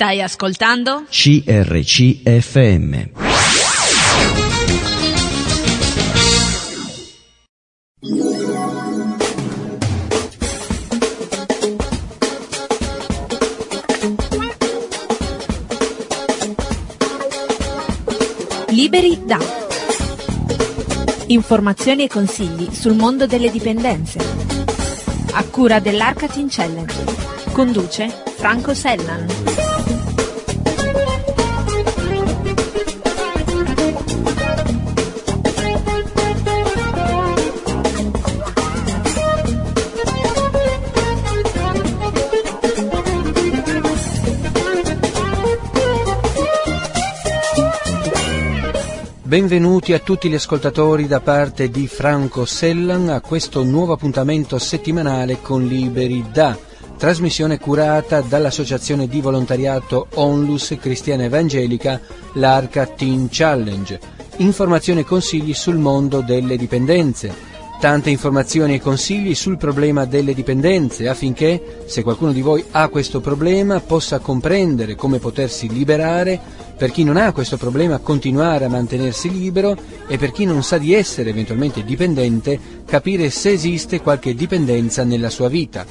Stai ascoltando? CRC FM. Liberi da. Informazioni e consigli sul mondo delle dipendenze. A cura dell'Arca Teen Challenge. Conduce Franco Sellan. Benvenuti a tutti gli ascoltatori da parte di Franco Sellan a questo nuovo appuntamento settimanale con Liberi da, trasmissione curata dall'associazione di volontariato Onlus Cristiana Evangelica, l'Arca Teen Challenge. Informazioni e consigli sul mondo delle dipendenze. Tante informazioni e consigli sul problema delle dipendenze affinché, se qualcuno di voi ha questo problema, possa comprendere come potersi liberare, per chi non ha questo problema continuare a mantenersi libero e per chi non sa di essere eventualmente dipendente capire se esiste qualche dipendenza nella sua vita.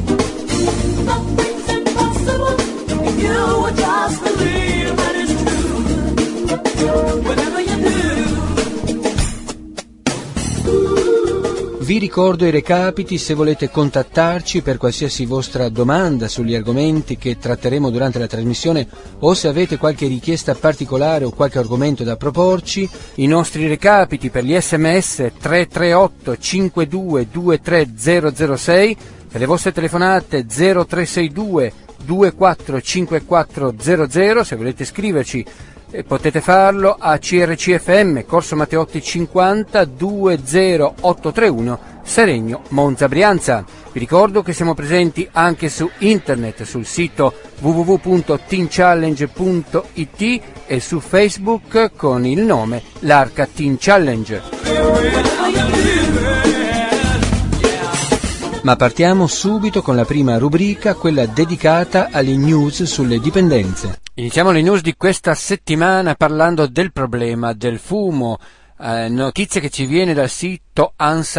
Vi ricordo i recapiti se volete contattarci per qualsiasi vostra domanda sugli argomenti che tratteremo durante la trasmissione o se avete qualche richiesta particolare o qualche argomento da proporci. I nostri recapiti per gli SMS 338 52 23006, per le vostre telefonate 0362 245400, se volete scriverci potete farlo a CRCFM, Corso Matteotti 50 20831, Seregno, Monza, Brianza. Vi ricordo che siamo presenti anche su internet, sul sito www.teenchallenge.it e su Facebook con il nome l'Arca Teen Challenge. Ma partiamo subito con la prima rubrica, quella dedicata alle news sulle dipendenze. Iniziamo le news di questa settimana parlando del problema del fumo. Notizia che ci viene dal sito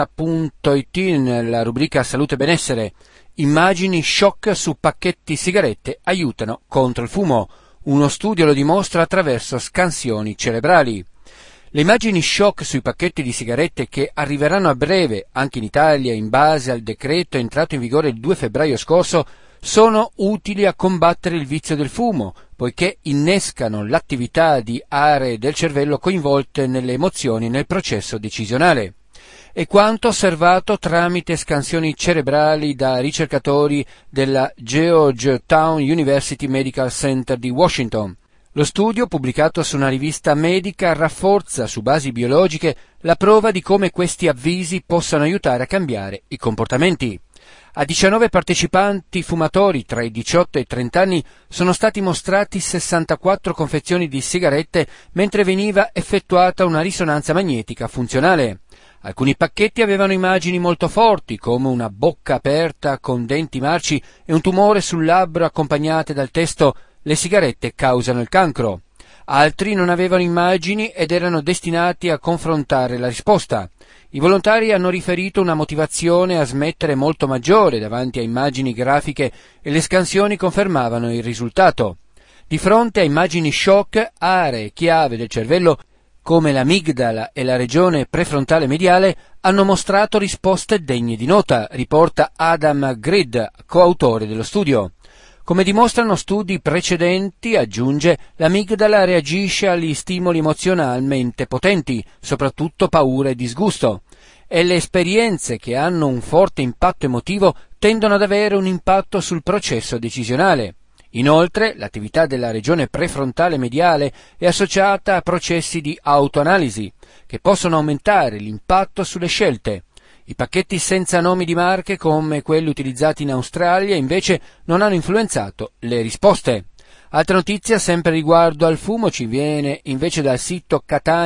ansa.it nella rubrica Salute e Benessere. Immagini shock su pacchetti sigarette aiutano contro il fumo. Uno studio lo dimostra attraverso scansioni cerebrali. Le immagini shock sui pacchetti di sigarette che arriveranno a breve anche in Italia in base al decreto entrato in vigore il 2 febbraio scorso sono utili a combattere il vizio del fumo, poiché innescano l'attività di aree del cervello coinvolte nelle emozioni e nel processo decisionale. È quanto osservato tramite scansioni cerebrali da ricercatori della Georgetown University Medical Center di Washington. Lo studio, pubblicato su una rivista medica, rafforza su basi biologiche la prova di come questi avvisi possano aiutare a cambiare i comportamenti. A 19 partecipanti fumatori tra i 18 e i 30 anni sono stati mostrati 64 confezioni di sigarette mentre veniva effettuata una risonanza magnetica funzionale. Alcuni pacchetti avevano immagini molto forti, come una bocca aperta con denti marci e un tumore sul labbro accompagnate dal testo «Le sigarette causano il cancro». Altri non avevano immagini ed erano destinati a confrontare la risposta. I volontari hanno riferito una motivazione a smettere molto maggiore davanti a immagini grafiche e le scansioni confermavano il risultato. Di fronte a immagini shock, aree chiave del cervello come l'amigdala e la regione prefrontale mediale hanno mostrato risposte degne di nota, riporta Adam Grid, coautore dello studio. Come dimostrano studi precedenti, aggiunge, l'amigdala reagisce agli stimoli emozionalmente potenti, soprattutto paura e disgusto, e le esperienze che hanno un forte impatto emotivo tendono ad avere un impatto sul processo decisionale. Inoltre, l'attività della regione prefrontale mediale è associata a processi di autoanalisi, che possono aumentare l'impatto sulle scelte. I pacchetti senza nomi di marche, come quelli utilizzati in Australia, invece non hanno influenzato le risposte. Altra notizia, sempre riguardo al fumo, ci viene invece dal sito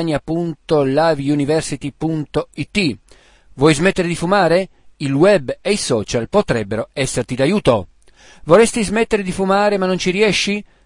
catania.liveuniversity.it. Vuoi smettere di fumare? Il web e i social potrebbero esserti d'aiuto. Vorresti smettere di fumare ma non ci riesci?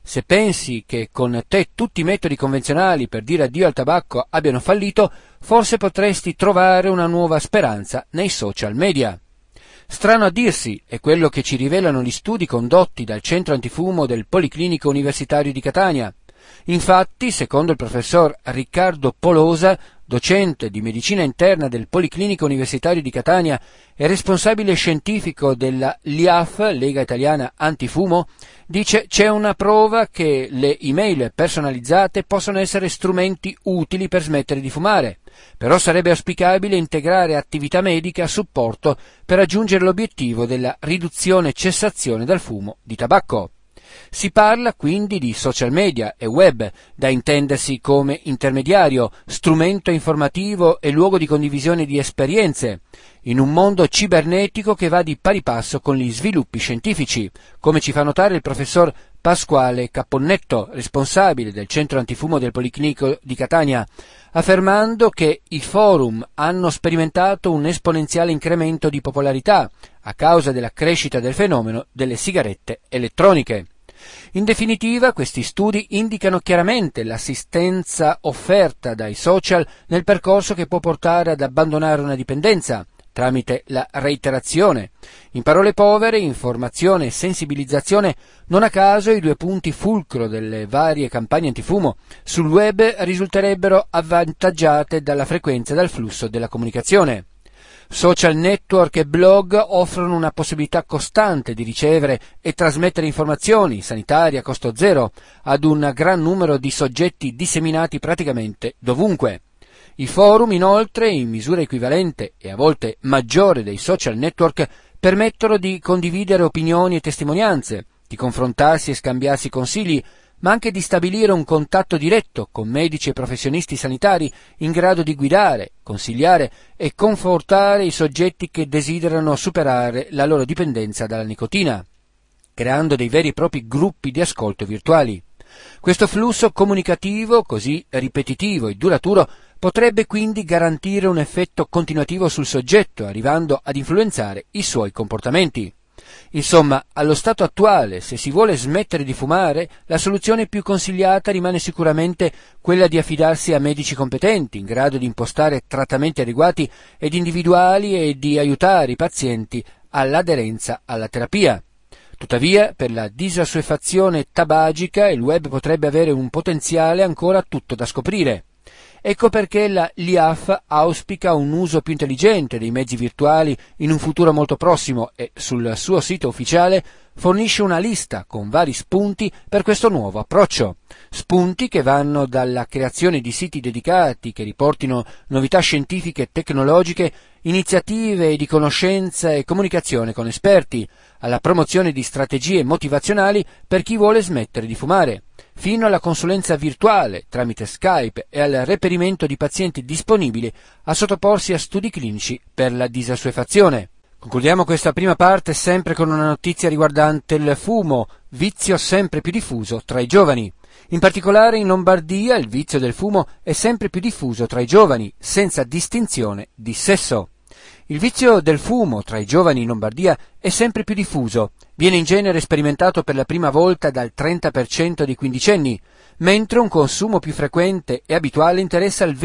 Se pensi che con te tutti i metodi convenzionali per dire addio al tabacco abbiano fallito, forse potresti trovare una nuova speranza nei social media. Strano a dirsi, è quello che ci rivelano gli studi condotti dal Centro Antifumo del Policlinico Universitario di Catania. Infatti, secondo il professor Riccardo Polosa, docente di medicina interna del Policlinico Universitario di Catania e responsabile scientifico della LIAF, Lega Italiana Antifumo, dice c'è una prova che le email personalizzate possono essere strumenti utili per smettere di fumare, però sarebbe auspicabile integrare attività medica a supporto per raggiungere l'obiettivo della riduzione e cessazione dal fumo di tabacco. Si parla quindi di social media e web, da intendersi come intermediario, strumento informativo e luogo di condivisione di esperienze, in un mondo cibernetico che va di pari passo con gli sviluppi scientifici, come ci fa notare il professor Pasquale Caponnetto, responsabile del Centro Antifumo del Policlinico di Catania, affermando che i forum hanno sperimentato un esponenziale incremento di popolarità a causa della crescita del fenomeno delle sigarette elettroniche. In definitiva, questi studi indicano chiaramente l'assistenza offerta dai social nel percorso che può portare ad abbandonare una dipendenza, tramite la reiterazione. In parole povere, informazione e sensibilizzazione, non a caso i due punti fulcro delle varie campagne antifumo sul web risulterebbero avvantaggiate dalla frequenza e dal flusso della comunicazione. Social network e blog offrono una possibilità costante di ricevere e trasmettere informazioni sanitarie a costo zero ad un gran numero di soggetti disseminati praticamente dovunque. I forum, inoltre, in misura equivalente e a volte maggiore dei social network, permettono di condividere opinioni e testimonianze, di confrontarsi e scambiarsi consigli, ma anche di stabilire un contatto diretto con medici e professionisti sanitari in grado di guidare, consigliare e confortare i soggetti che desiderano superare la loro dipendenza dalla nicotina, creando dei veri e propri gruppi di ascolto virtuali. Questo flusso comunicativo, così ripetitivo e duraturo, potrebbe quindi garantire un effetto continuativo sul soggetto, arrivando ad influenzare i suoi comportamenti. Insomma, allo stato attuale, se si vuole smettere di fumare, la soluzione più consigliata rimane sicuramente quella di affidarsi a medici competenti, in grado di impostare trattamenti adeguati ed individuali e di aiutare i pazienti all'aderenza alla terapia. Tuttavia, per la disassuefazione tabagica, il web potrebbe avere un potenziale ancora tutto da scoprire. Ecco perché la LIAF auspica un uso più intelligente dei mezzi virtuali in un futuro molto prossimo e sul suo sito ufficiale fornisce una lista con vari spunti per questo nuovo approccio. Spunti che vanno dalla creazione di siti dedicati che riportino novità scientifiche e tecnologiche, iniziative di conoscenza e comunicazione con esperti, alla promozione di strategie motivazionali per chi vuole smettere di fumare, fino alla consulenza virtuale tramite Skype e al reperimento di pazienti disponibili a sottoporsi a studi clinici per la disassuefazione. Concludiamo questa prima parte sempre con una notizia riguardante il fumo, vizio sempre più diffuso tra i giovani. In particolare in Lombardia il vizio del fumo è sempre più diffuso tra i giovani, senza distinzione di sesso. Il vizio del fumo tra i giovani in Lombardia è sempre più diffuso, viene in genere sperimentato per la prima volta dal 30% dei quindicenni, mentre un consumo più frequente e abituale interessa il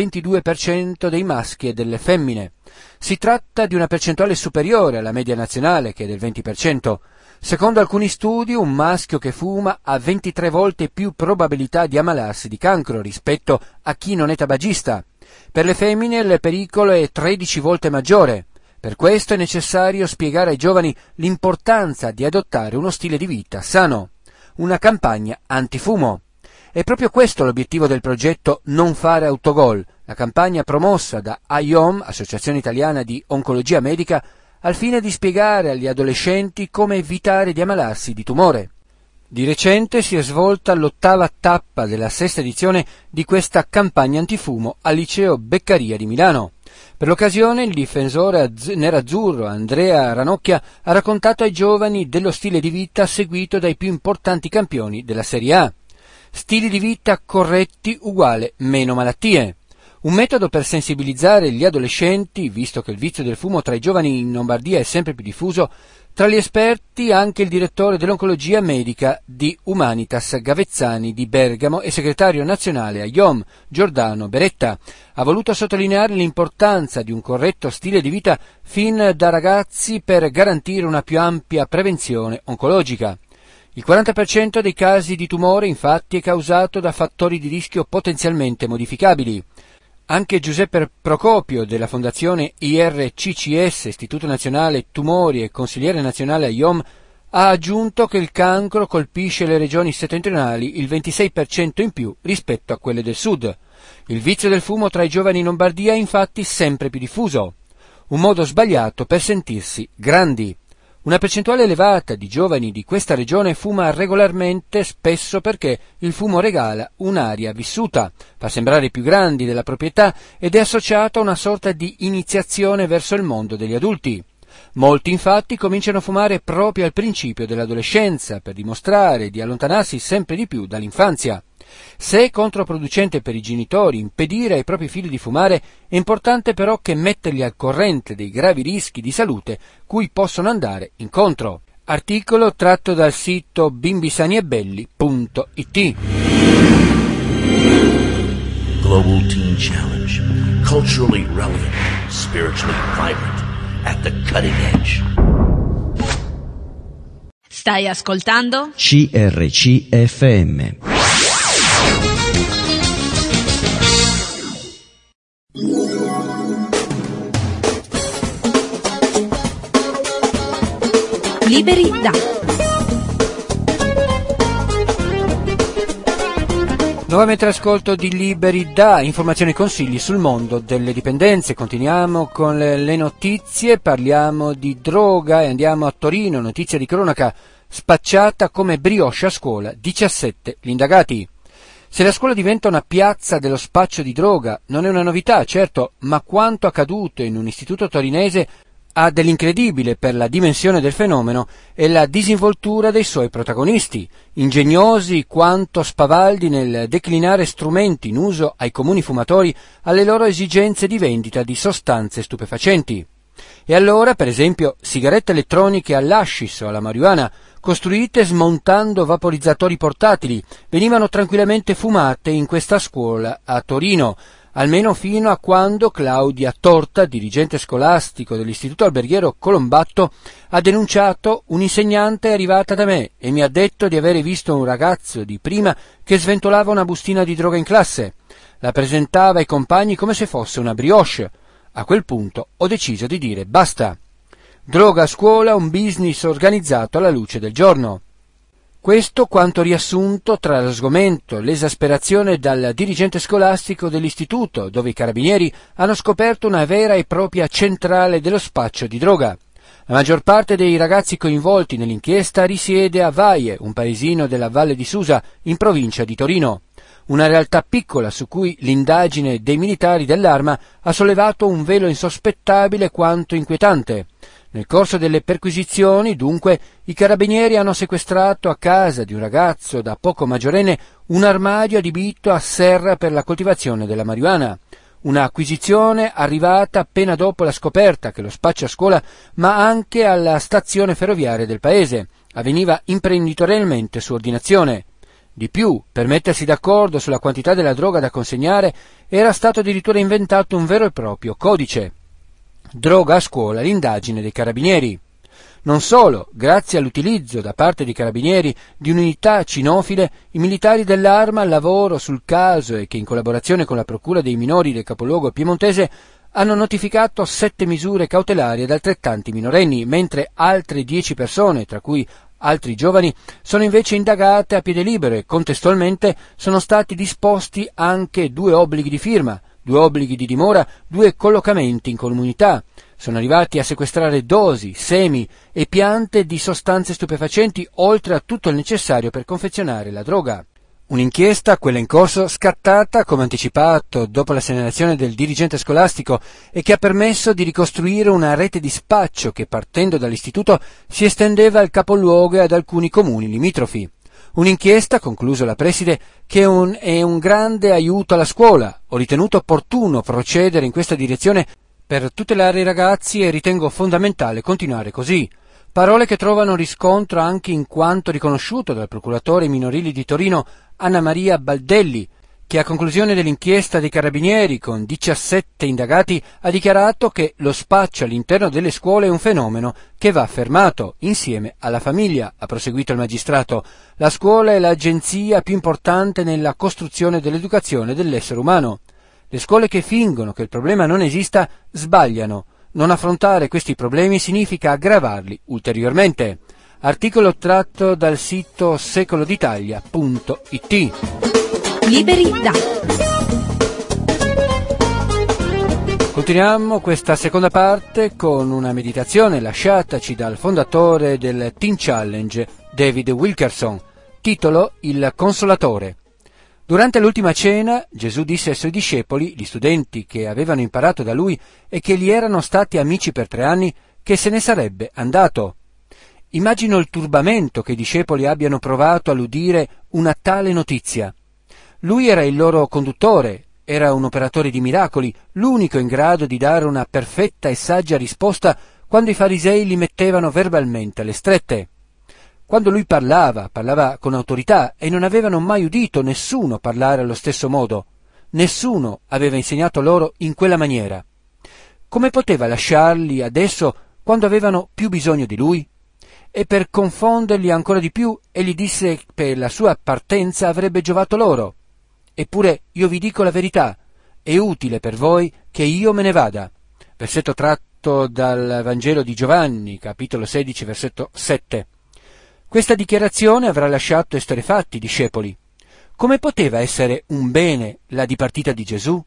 22% dei maschi e delle femmine. Si tratta di una percentuale superiore alla media nazionale, che è del 20%. Secondo alcuni studi, un maschio che fuma ha 23 volte più probabilità di ammalarsi di cancro rispetto a chi non è tabagista. Per le femmine il pericolo è 13 volte maggiore. Per questo è necessario spiegare ai giovani l'importanza di adottare uno stile di vita sano. Una campagna antifumo. È proprio questo l'obiettivo del progetto Non fare autogol, la campagna promossa da AIOM, Associazione Italiana di Oncologia Medica, al fine di spiegare agli adolescenti come evitare di ammalarsi di tumore. Di recente si è svolta l'8ª tappa della 6ª edizione di questa campagna antifumo al liceo Beccaria di Milano. Per l'occasione il difensore nerazzurro Andrea Ranocchia ha raccontato ai giovani dello stile di vita seguito dai più importanti campioni della Serie A. Stili di vita corretti uguale meno malattie. Un metodo per sensibilizzare gli adolescenti, visto che il vizio del fumo tra i giovani in Lombardia è sempre più diffuso, Tra gli esperti anche il direttore dell'oncologia medica di Humanitas Gavezzani di Bergamo e segretario nazionale a IOM, Giordano Beretta. Ha voluto sottolineare l'importanza di un corretto stile di vita fin da ragazzi per garantire una più ampia prevenzione oncologica. Il 40% dei casi di tumore infatti è causato da fattori di rischio potenzialmente modificabili. Anche Giuseppe Procopio della Fondazione IRCCS, Istituto Nazionale Tumori e consigliere nazionale a IOM, ha aggiunto che il cancro colpisce le regioni settentrionali il 26% in più rispetto a quelle del sud. Il vizio del fumo tra i giovani in Lombardia è infatti sempre più diffuso. Un modo sbagliato per sentirsi grandi. Una percentuale elevata di giovani di questa regione fuma regolarmente, spesso perché il fumo regala un'aria vissuta, fa sembrare più grandi della proprietà ed è associato a una sorta di iniziazione verso il mondo degli adulti. Molti infatti cominciano a fumare proprio al principio dell'adolescenza per dimostrare di allontanarsi sempre di più dall'infanzia. Se è controproducente per i genitori impedire ai propri figli di fumare, è importante però che metterli al corrente dei gravi rischi di salute cui possono andare incontro. Articolo tratto dal sito bimbisaniebelli.it. Global Teen Challenge. Culturally relevant, spiritually vibrant, at the cutting edge. Stai ascoltando? CRCFM. Liberi da. Nuovamente l'ascolto di Liberi da, informazioni e consigli sul mondo delle dipendenze. Continuiamo con le notizie, parliamo di droga e andiamo a Torino, notizia di cronaca, spacciata come brioche a scuola, 17 gli indagati. Se la scuola diventa una piazza dello spaccio di droga non è una novità, certo, ma quanto accaduto in un istituto torinese ha dell'incredibile per la dimensione del fenomeno e la disinvoltura dei suoi protagonisti, ingegnosi quanto spavaldi nel declinare strumenti in uso ai comuni fumatori alle loro esigenze di vendita di sostanze stupefacenti. E allora, per esempio, sigarette elettroniche all'hashish o alla marijuana, costruite smontando vaporizzatori portatili, venivano tranquillamente fumate in questa scuola a Torino, almeno fino a quando Claudia Torta, dirigente scolastico dell'Istituto Alberghiero Colombatto, ha denunciato: un'insegnante è arrivata da me e mi ha detto di avere visto un ragazzo di prima che sventolava una bustina di droga in classe. La presentava ai compagni come se fosse una brioche. A quel punto ho deciso di dire basta. Droga a scuola, un business organizzato alla luce del giorno. Questo quanto riassunto tra lo sgomento, l'esasperazione dal dirigente scolastico dell'istituto, dove i carabinieri hanno scoperto una vera e propria centrale dello spaccio di droga. La maggior parte dei ragazzi coinvolti nell'inchiesta risiede a Vaie, un paesino della Valle di Susa, in provincia di Torino. Una realtà piccola su cui l'indagine dei militari dell'Arma ha sollevato un velo insospettabile quanto inquietante. Nel corso delle perquisizioni, dunque, i carabinieri hanno sequestrato a casa di un ragazzo da poco maggiorenne un armadio adibito a serra per la coltivazione della marijuana. Una acquisizione arrivata appena dopo la scoperta che lo spaccio a scuola, ma anche alla stazione ferroviaria del paese, avveniva imprenditorialmente su ordinazione. Di più, per mettersi d'accordo sulla quantità della droga da consegnare, era stato addirittura inventato un vero e proprio codice. Droga a scuola, l'indagine dei carabinieri. Non solo, grazie all'utilizzo da parte dei carabinieri di un'unità cinofile, i militari dell'Arma al lavoro sul caso e che in collaborazione con la procura dei minori del capoluogo piemontese hanno notificato 7 misure cautelari ad altrettanti minorenni, mentre altre 10 persone, tra cui altri giovani, sono invece indagate a piede libero e contestualmente sono stati disposti anche 2 obblighi di firma, 2 obblighi di dimora, 2 collocamenti in comunità. Sono arrivati a sequestrare dosi, semi e piante di sostanze stupefacenti, oltre a tutto il necessario per confezionare la droga. Un'inchiesta, quella in corso, scattata, come anticipato, dopo la segnalazione del dirigente scolastico e che ha permesso di ricostruire una rete di spaccio che, partendo dall'istituto, si estendeva al capoluogo e ad alcuni comuni limitrofi. Un'inchiesta, concluso la preside, che è un grande aiuto alla scuola. Ho ritenuto opportuno procedere in questa direzione per tutelare i ragazzi e ritengo fondamentale continuare così. Parole che trovano riscontro anche in quanto riconosciuto dal procuratore ai minorili di Torino Anna Maria Baldelli, che a conclusione dell'inchiesta dei Carabinieri con 17 indagati ha dichiarato che lo spaccio all'interno delle scuole è un fenomeno che va fermato insieme alla famiglia. Ha proseguito il magistrato. La scuola è l'agenzia più importante nella costruzione dell'educazione dell'essere umano. Le scuole che fingono che il problema non esista sbagliano. Non affrontare questi problemi significa aggravarli ulteriormente. Articolo tratto dal sito secoloditalia.it. Liberi da. Continuiamo questa seconda parte con una meditazione lasciataci dal fondatore del Teen Challenge, David Wilkerson. Titolo: Il Consolatore. Durante l'ultima cena, Gesù disse ai suoi discepoli, gli studenti che avevano imparato da lui e che gli erano stati amici per 3 anni, che se ne sarebbe andato. Immagino il turbamento che i discepoli abbiano provato all'udire una tale notizia. Lui era il loro conduttore, era un operatore di miracoli, l'unico in grado di dare una perfetta e saggia risposta quando i farisei li mettevano verbalmente alle strette. Quando lui parlava con autorità e non avevano mai udito nessuno parlare allo stesso modo. Nessuno aveva insegnato loro in quella maniera. Come poteva lasciarli adesso quando avevano più bisogno di lui? E per confonderli ancora di più, egli disse che per la sua partenza avrebbe giovato loro. Eppure io vi dico la verità, è utile per voi che io me ne vada. Versetto tratto dal Vangelo di Giovanni, capitolo 16, versetto 7. Questa dichiarazione avrà lasciato esterrefatti i discepoli. Come poteva essere un bene la dipartita di Gesù?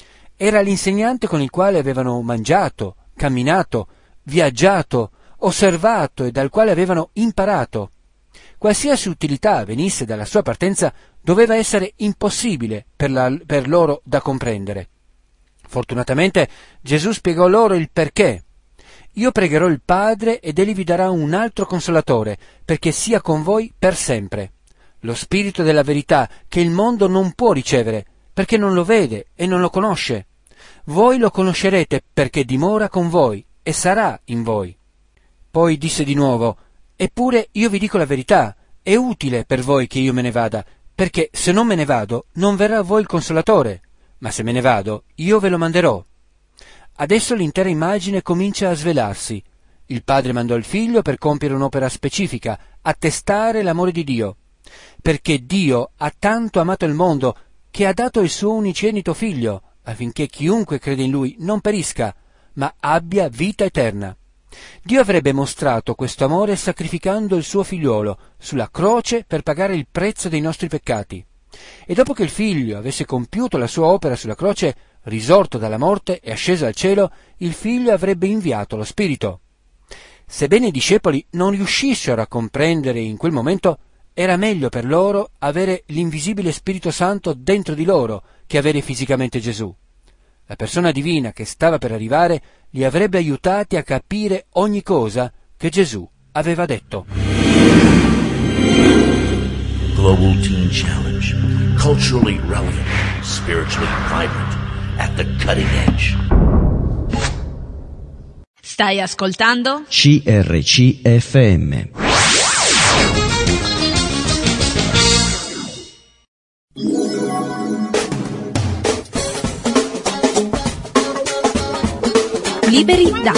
Era l'insegnante con il quale avevano mangiato, camminato, viaggiato, osservato e dal quale avevano imparato. Qualsiasi utilità venisse dalla sua partenza doveva essere impossibile per loro da comprendere. Fortunatamente Gesù spiegò loro il perché. Io pregherò il Padre ed egli vi darà un altro consolatore, perché sia con voi per sempre. Lo Spirito della verità che il mondo non può ricevere, perché non lo vede e non lo conosce. Voi lo conoscerete perché dimora con voi e sarà in voi. Poi disse di nuovo: eppure io vi dico la verità, è utile per voi che io me ne vada, perché se non me ne vado non verrà a voi il Consolatore, ma se me ne vado io ve lo manderò. Adesso l'intera immagine comincia a svelarsi. Il Padre mandò il Figlio per compiere un'opera specifica, attestare l'amore di Dio, perché Dio ha tanto amato il mondo che ha dato il suo unigenito Figlio, affinché chiunque crede in Lui non perisca, ma abbia vita eterna. Dio avrebbe mostrato questo amore sacrificando il suo figliuolo sulla croce per pagare il prezzo dei nostri peccati. E dopo che il Figlio avesse compiuto la sua opera sulla croce, risorto dalla morte e asceso al cielo, il Figlio avrebbe inviato lo Spirito. Sebbene i discepoli non riuscissero a comprendere in quel momento, era meglio per loro avere l'invisibile Spirito Santo dentro di loro che avere fisicamente Gesù. La persona divina che stava per arrivare li avrebbe aiutati a capire ogni cosa che Gesù aveva detto. Global Teen Challenge. Culturally relevant, spiritually vibrant, at the cutting edge. Stai ascoltando? CRCFM. Liberi da.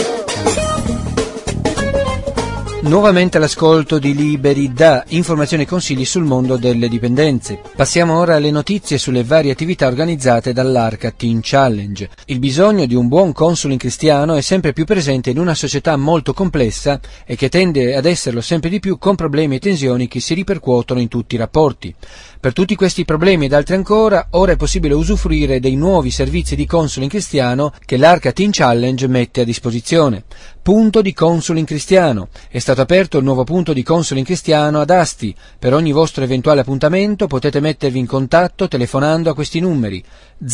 Nuovamente all'ascolto di Liberi da, informazioni e consigli sul mondo delle dipendenze. Passiamo ora alle notizie sulle varie attività organizzate dall'Arca Teen Challenge. Il bisogno di un buon consulting cristiano è sempre più presente in una società molto complessa e che tende ad esserlo sempre di più, con problemi e tensioni che si ripercuotono in tutti i rapporti. Per tutti questi problemi ed altri ancora, ora è possibile usufruire dei nuovi servizi di consulting cristiano che l'Arca Teen Challenge mette a disposizione. Punto di consulting cristiano. È stato aperto il nuovo punto di consulting cristiano ad Asti. Per ogni vostro eventuale appuntamento potete mettervi in contatto telefonando a questi numeri: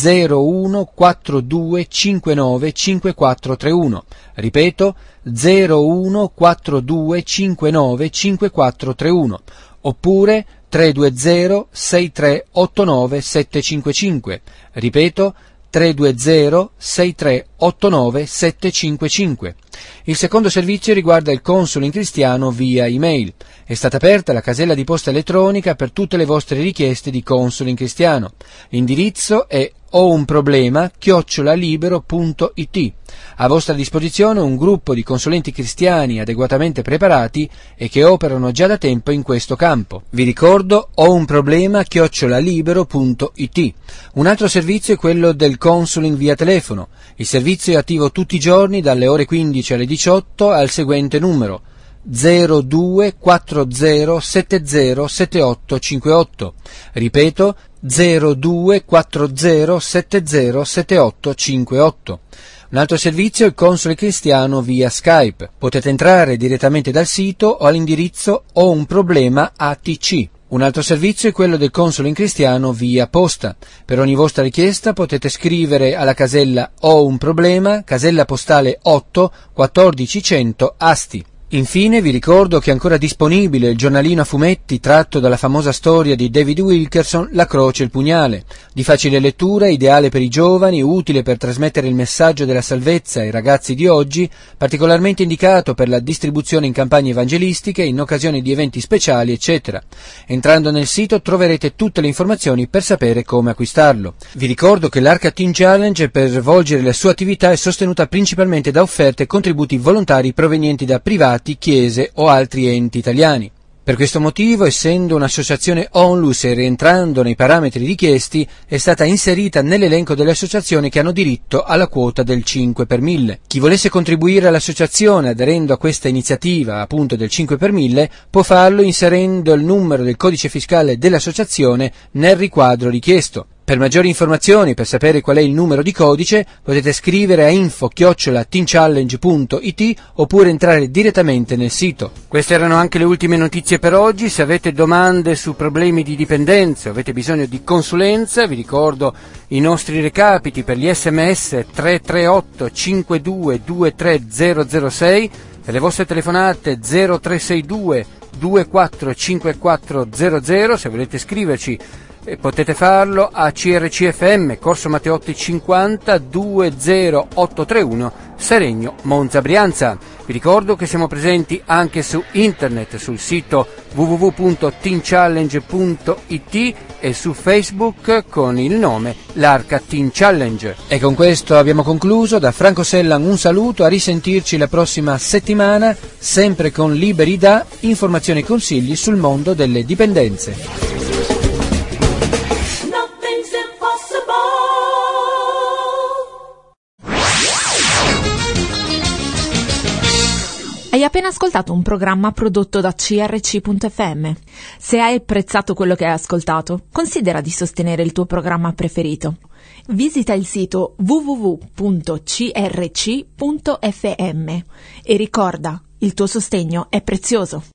0142595431. Ripeto, 0142595431. Oppure 320-6389-755. Ripeto, 320-6389-755. 89755. Il secondo servizio riguarda il Consulin Cristiano via email. È stata aperta la casella di posta elettronica per tutte le vostre richieste di Consulin Cristiano. L'indirizzo è hounproblema@libero.it. A vostra disposizione un gruppo di consulenti cristiani adeguatamente preparati e che operano già da tempo in questo campo. Vi ricordo hounproblema@libero.it. Un altro servizio è quello del consuling via telefono. Il servizio è attivo tutti i giorni dalle ore 15 alle 18 al seguente numero: 0240707858. Ripeto, 0240707858. Un altro servizio è il console cristiano via Skype. Potete entrare direttamente dal sito o all'indirizzo Ho un problema ATC. Un altro servizio è quello del console in cristiano via posta. Per ogni vostra richiesta potete scrivere alla casella Ho un problema, casella postale 8 14100 Asti. Infine vi ricordo che è ancora disponibile il giornalino a fumetti tratto dalla famosa storia di David Wilkerson, La croce e il pugnale, di facile lettura, ideale per i giovani, utile per trasmettere il messaggio della salvezza ai ragazzi di oggi, particolarmente indicato per la distribuzione in campagne evangelistiche, in occasione di eventi speciali, eccetera. Entrando nel sito troverete tutte le informazioni per sapere come acquistarlo. Vi ricordo che l'Arca Teen Challenge, per svolgere la sua attività, è sostenuta principalmente da offerte e contributi volontari provenienti da privati, chiese o altri enti italiani. Per questo motivo, essendo un'associazione ONLUS e rientrando nei parametri richiesti, è stata inserita nell'elenco delle associazioni che hanno diritto alla quota del 5 per 1000. Chi volesse contribuire all'associazione aderendo a questa iniziativa, appunto del 5 per 1000, può farlo inserendo il numero del codice fiscale dell'associazione nel riquadro richiesto. Per maggiori informazioni, per sapere qual è il numero di codice, potete scrivere a info@teenchallenge.it oppure entrare direttamente nel sito. Queste erano anche le ultime notizie per oggi. Se avete domande su problemi di dipendenza o avete bisogno di consulenza, vi ricordo i nostri recapiti per gli SMS 338 52 23006, per le vostre telefonate 0362 245400. Se volete scriverci potete farlo a CRCFM, Corso Matteotti 50 20831, Seregno, Monza, Brianza. Vi ricordo che siamo presenti anche su internet, sul sito www.teenchallenge.it e su Facebook con il nome l'Arca Teen Challenge. E con questo abbiamo concluso. Da Franco Sellan un saluto, a risentirci la prossima settimana, sempre con Liberità, informazioni e consigli sul mondo delle dipendenze. Hai appena ascoltato un programma prodotto da CRC.fm. Se hai apprezzato quello che hai ascoltato, considera di sostenere il tuo programma preferito. Visita il sito www.crc.fm e ricorda, il tuo sostegno è prezioso.